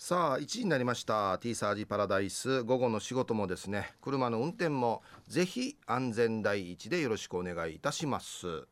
さあ1時になりました。 T サージパラダイス、午後の仕事もですね、車の運転もぜひ安全第一でよろしくお願いいたします。はい。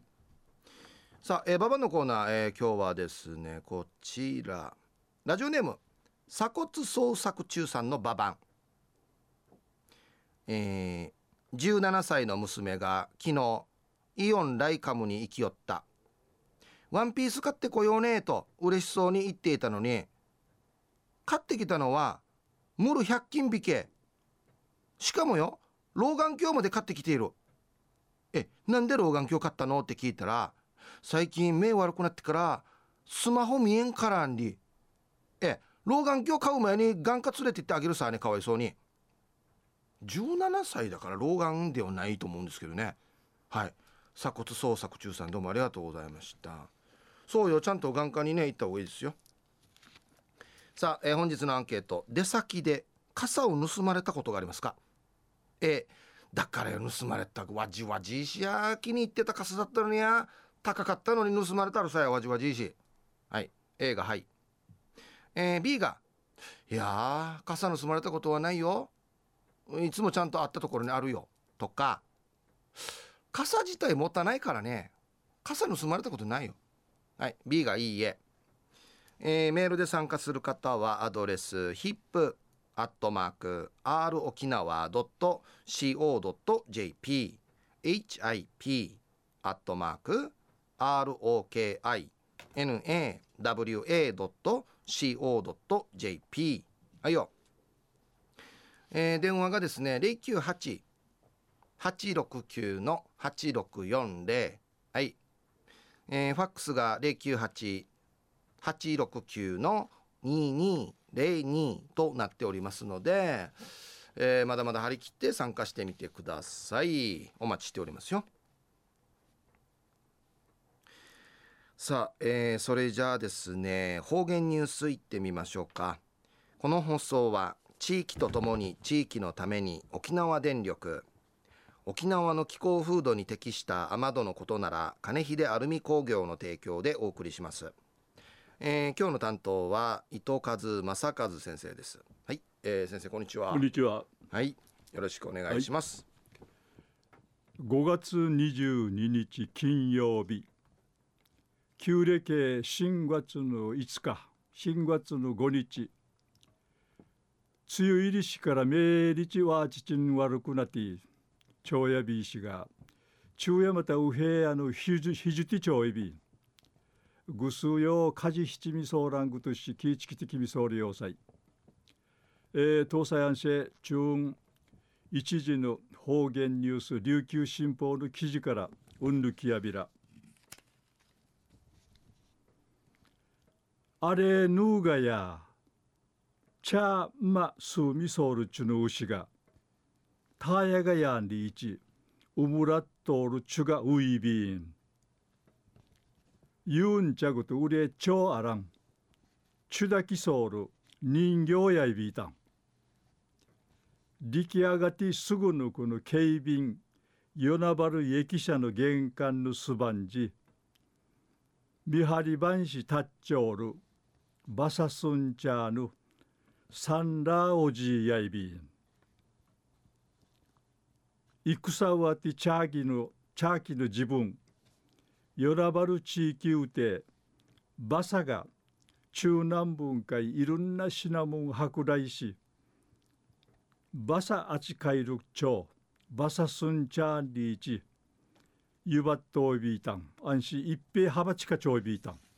さあ、ババのコーナー、今日はですねこちら、ラジオネーム鎖骨捜索中さんのババン、17歳の娘が昨日イオンライカムに行き寄った。ワンピース買ってこようねと嬉しそうに言っていたのに、買ってきたのはムル100均引け、しかもよ、老眼鏡まで買ってきている。なんで老眼鏡買ったのって聞いたら、最近目悪くなってからスマホ見えんからんり、老眼鏡買う前に眼科連れて行ってあげるさね、かわいそうに。17歳だから老眼ではないと思うんですけどね。はい、鎖骨捜索中さん、どうもありがとうございました。そうよ、ちゃんと眼科にね行った方がいいですよ。さあ、本日のアンケート、出先で傘を盗まれたことがありますか？だからよ、盗まれたわじわじいしや、気に入ってた傘だったのにや、高かったのに盗まれたらさや、わじわじいし。はい、A がはい。B が、いやー、傘盗まれたことはないよ、いつもちゃんとあったところにあるよとか、傘自体持たないからね、傘盗まれたことないよ。はい、B がいいえ。メールで参加する方はアドレス hip@rokinawa.co.jp hip@rokinawa.co.jp はいよ。電話がですね 098-869-8640、はい。ファックスが098-869-2202となっておりますので、まだまだ張り切って参加してみてください。お待ちしておりますよ。さあ、それじゃあですね、方言ニュースいってみましょうか。この放送は地域とともに地域のために、沖縄電力、沖縄の気候風土に適した雨戸のことなら金秀アルミ工業の提供でお送りします。今日の担当は伊藤和正和先生です。はい、先生こんにちは。 こんにちは。 はい、よろしくお願いします。 5月22日金曜日、旧暦新月の5日、新月の5日、梅雨入りしから命日はちちん悪くなって、長夜日しが中夜また右平のひじて長夜日、ぐすよかじ七味ソーラングとしきちきてきみそうり要塞、東西安市中一時の方言ニュース琉球新報の記事からうんぬきやびら、あれぬうがやチャーマスミソールチュの牛がタヤがやんりいちウムラットールチュがウイビンユンチャグとウレチョウアランチュダキソール人形やいびいたん出来上がってすぐのこの警備与那原駅舎の玄関のすばんじ見張り番しタッチョールバサスンチャーヌサンラーおじいやいびん戦はてチャーキの自分与那原地域うてバサが中南文化いろんな品物舶来しバサアチカイルチバサスンチャーリーチユバットービータンアンシ一平ハバチカチョービータン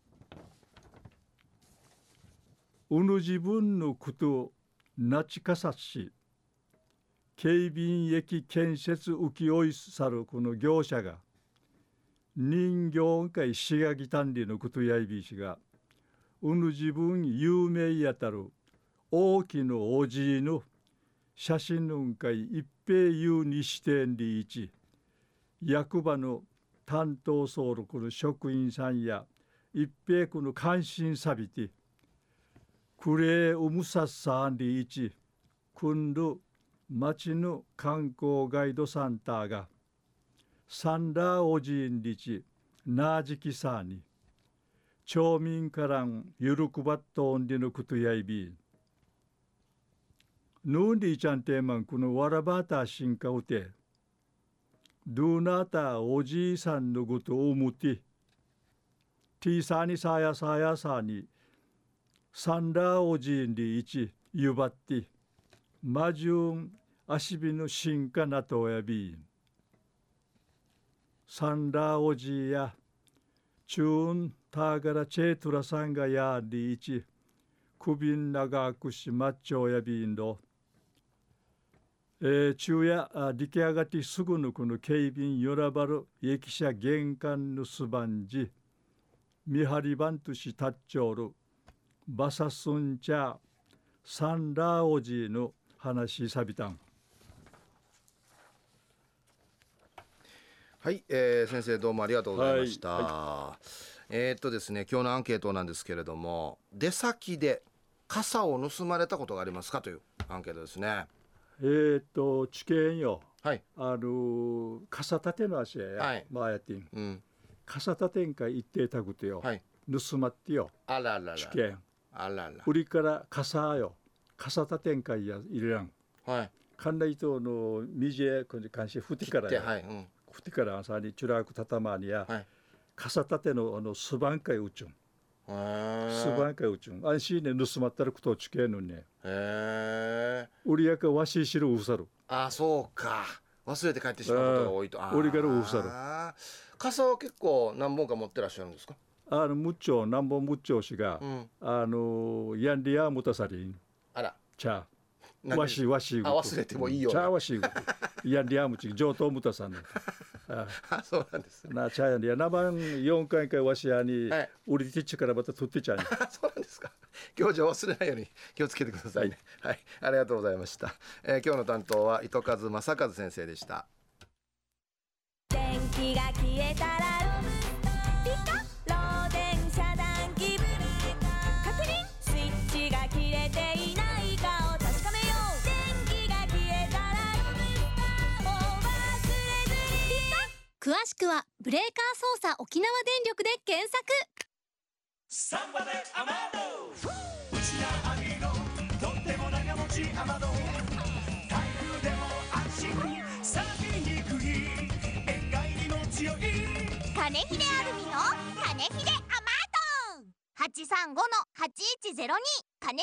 うぬ自分のことなちかさし警備駅建設浮き追い去るこの業者が人形界しがぎたんりのことやいびしがうぬ自分有名やたる大きのおじいの写真の会一平有にしてんりいち役場の担当総力の職員さんや一平この関心さびてクレーウムサッサンリーチくんる町の観光ガイドサンターがサンダーおじんりちなじきさに町民からんゆるくばっとおんりのことやいびヌーンディちゃんてまんこのわらばたしんかうてドゥナタおじいさんのことを思ってティーサーにさやさやさにサンダーおじいにいちゆばってマジュン足火の進化なとやびサンダーおじいやチューンターガラチェトラさんがやりいち首ん長くしまっちょやびんど昼夜出来上がってすぐのこの警備よらばる駅舎玄関のすばんじ見張り番としたっちょるバサスンチャサンダーおじの話さびたん。 はい、先生どうもありがとうございました、はい、ですね今日のアンケートなんですけれども、出先で傘を盗まれたことがありますかというアンケートですね。 知見よ、 はい、 傘立ての足や、はい、マーヤティン、うん、傘立てんか行ってたくてよ、はい、盗まってよ、 あららら知見あらら売りから傘よ傘立てんかいや入れらん、 はい、 かんないとの右へ関心振ってからや、 はい、うん、 振ってから朝にチュラクたたまにや、はい、傘立てのすばんかいうちゅんすばんかいうちゅん安心ね盗まったらくとちけのね売りやかわししるうさるあそうか忘れて帰ってしまうことが多いと売りからうさる傘は結構何本か持ってらっしゃるんですか。 むっちょ何本むっちょしが、うん、ヤンリアムタサリンあらチャわし忘れてもいいよチャわしヤンリアムチ上等ムタさんそうなんです、 なチャヤンリア7番4回かわしやに、はい、売りてっちからまた取ってちゃうそうなんですか。今日じゃ忘れないように気をつけてくださいね、はい、はい、ありがとうございました、今日の担当は糸数正和先生でした。 電気が消えたらピカ漏電遮断機ブレーカー確認スイッチが切れていないかを確かめよう。電気が消えたらもう忘れずにピカ。 詳しくはブレーカー操作沖縄電力で検索。 サンバでアマドうちなアミゴとっても長持ちアマド台風でも安心錆びにくい塩害にも強い金秀アルミの金秀アマート835-8102金秀アルミ工業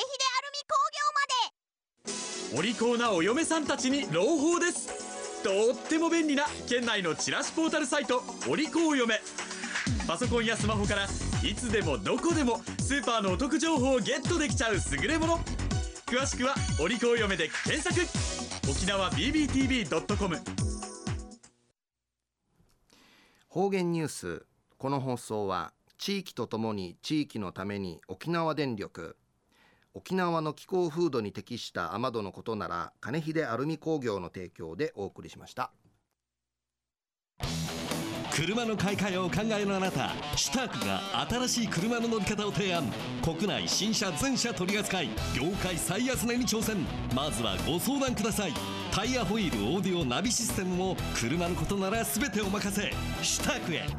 まで。 お利口なお嫁さんたちに朗報です。とっても便利な県内のチラシポータルサイトお利口お嫁。パソコンやスマホからいつでもどこでもスーパーのお得情報をゲットできちゃう優れもの。詳しくはお利口お嫁で検索。沖縄 bbtv.com 方言ニュース。この放送は地域とともに地域のために沖縄電力沖縄の気候風土に適した雨戸のことなら金秀アルミ工業の提供でお送りしました。 車の買い替えをお考えのあなた、シュタークが新しい車の乗り方を提案。国内新車全車取り扱い、業界最安値に挑戦。まずはご相談ください。タイヤホイール、オーディオ、ナビシステムも車のことなら全てお任せ。シュタークへ。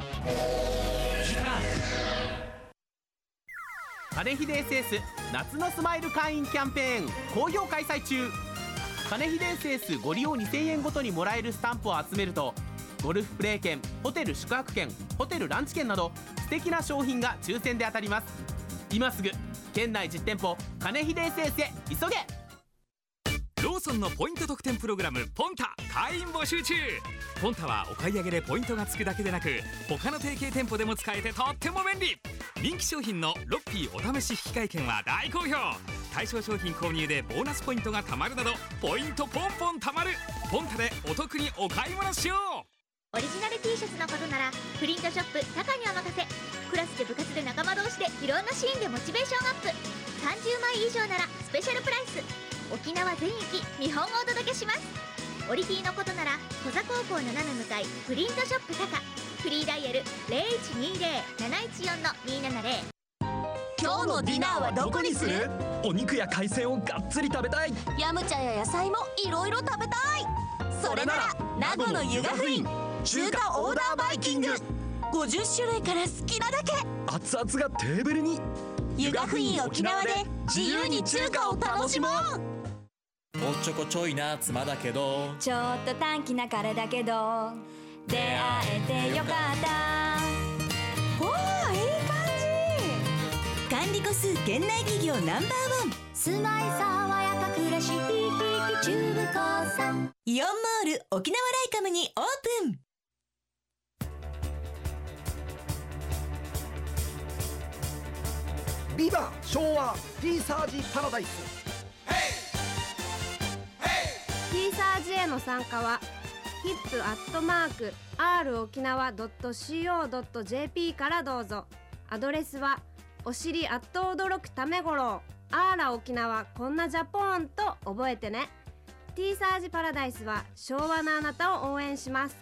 金秀 SS 夏のスマイル会員キャンペーン好評開催中。金秀 SS ご利用2000円ごとにもらえるスタンプを集めるとゴルフプレー券、ホテル宿泊券、ホテルランチ券など素敵な商品が抽選で当たります。今すぐ県内実店舗金秀 SS へ急げ。 ローソンのポイント特典プログラムポンタ会員募集中。ポンタはお買い上げでポイントがつくだけでなく他の提携店舗でも使えてとっても便利。人気商品のロッピーお試し引換券は大好評。対象商品購入でボーナスポイントが貯まるなどポイントポンポン貯まる。ポンタでお得にお買い物しよう。 オリジナル T シャツのことならプリントショップタカにお任せ。クラスで部活で仲間同士でいろんなシーンでモチベーションアップ。30枚以上ならスペシャルプライス。沖縄全域見本をお届けします。オリ T のことなら小座高校斜め向かいプリントショップタカ。フリーダイヤル 0120-714-270。 今日のディナーはどこにする？ お肉や海鮮をがっつり食べたい。 ヤムチャや野菜もいろいろ食べたい。それなら名護の湯河フイン中華オーダーバイキング。50種類から好きなだけ。 熱々がテーブルに。 湯がふい沖縄で自由に中華を楽しもう。 おっちょこちょいな妻だけど、 ちょっと短気な彼だけど出会えてよかった。わあ、いい感じ。 管理個数県内企業Ｎｏ.1、 住まい爽やか暮らし中部高産イオンモール沖縄ライカムにオープン。 ビバ昭和ティーサージパラダイス。 ティーサージへの参加は hip@r 沖縄 .co.jp からどうぞ。アドレスはお尻あっと驚くためごろあーら沖縄こんなジャポンと覚えてね。ティーサージパラダイスは昭和のあなたを応援します。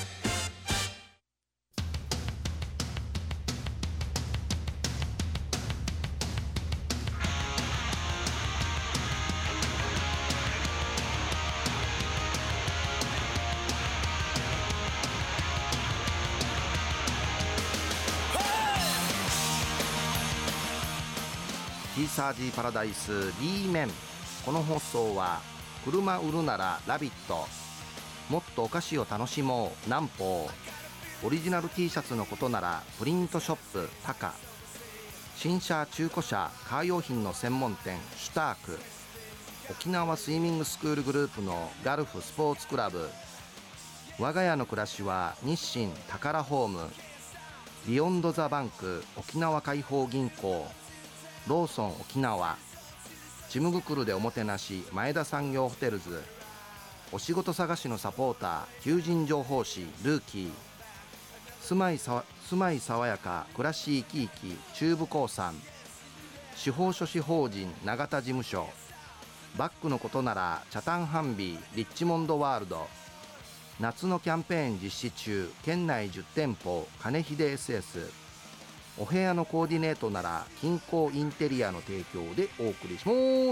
ティーサージパラダイス B 面。この放送は車売るならラビット、もっとお菓子を楽しもう南方、オリジナル T シャツのことならプリントショップタカ、新車中古車カー用品の専門店シュターク、沖縄スイミングスクールグループのガルフスポーツクラブ、我が家の暮らしは日清宝ホーム、ビヨンドザバンク沖縄解放銀行、ローソン沖縄、ちむぐくるでおもてなし前田産業ホテルズ、お仕事探しのサポーター求人情報誌ルーキー、住まい爽やか暮らし生き生き中部興産、司法書士法人永田事務所、バッグのことならチャタンハンビーリッチモンドワールド、夏のキャンペーン実施中県内10店舗金秀 SS、お部屋のコーディネートなら近郊インテリアの提供でお送りします。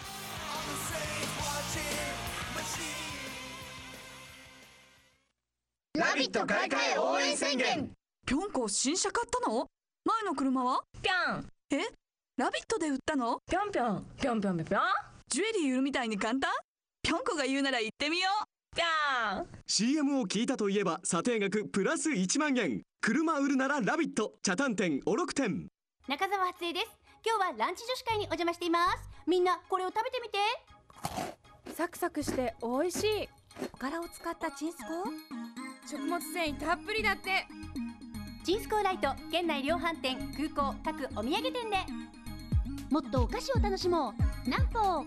ラビット買い替え応援宣言。 ぴょんこ新車買ったの？前の車は？ ぴょん。 ラビットで売ったの？ ぴょんぴょんぴょんぴょんぴょん。 ジュエリー売るみたいに簡単？ぴょんこが言うなら行ってみよう。 ぴょん。 CM を聞いたといえば査定額プラス1万円。車売るならラビット茶炭店お6店。 中澤初江です。今日はランチ女子会にお邪魔しています。みんなこれを食べてみて。 サクサクして美味しい。 おからを使ったチンスコー、 食物繊維たっぷりだって。 チンスコーライト県内量販店空港各お土産店で。もっとお菓子を楽しもう南方。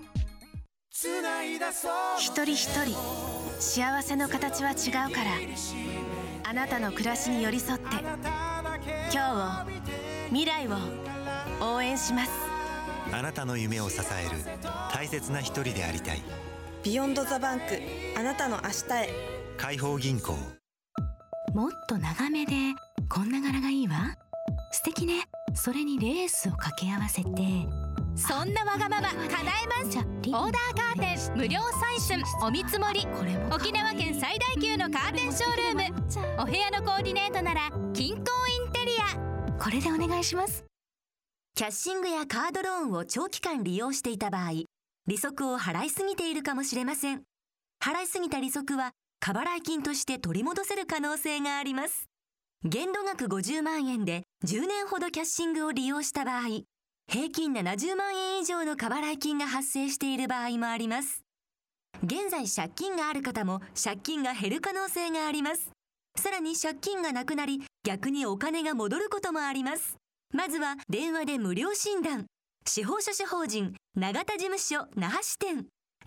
一人一人幸せの形は違うから、あなたの暮らしに寄り添って今日を未来を応援します。 あなたの夢を支える大切な一人でありたい。 ビヨンドザバンク、あなたの明日へ。 解放銀行。 もっと長めでこんな柄がいいわ。素敵ね。それにレースを掛け合わせて、 そんなわがまま叶えます。オーダーカーテン無料採寸お見積もり。沖縄県最大級のカーテンショールーム。お部屋のコーディネートなら近郊インテリア。 これでお願いします。 キャッシングやカードローンを長期間利用していた場合、利息を払いすぎているかもしれません。払いすぎた利息は過払い金として取り戻せる可能性があります。限度額50万円で10年ほどキャッシングを利用した場合、平均70万円以上の過払い金が発生している場合もあります。現在借金がある方も借金が減る可能性があります。さらに借金がなくなり逆にお金が戻ることもあります。まずは電話で無料診断。司法書士法人永田事務所那覇支店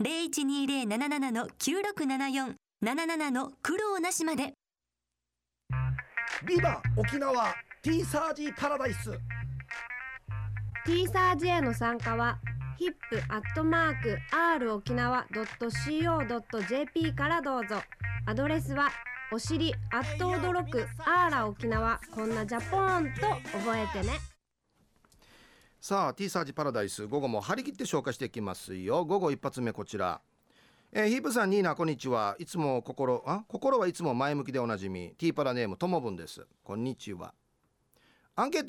012077-9674 77の苦労なしまで。 ビバ沖縄ティーサージパラダイス。 ティーサージへの参加は hip@r 沖縄 .co.jp からどうぞ。アドレスはお尻あっと驚くあーら沖縄こんなジャポンと覚えてね。 さあティーサージパラダイス、午後も張り切って紹介していきますよ。午後一発目こちら。ヒープさん、ニーナこんにちは。いつも心はいつも前向きでおなじみティーパラネームともぶんです。こんにちは。アンケート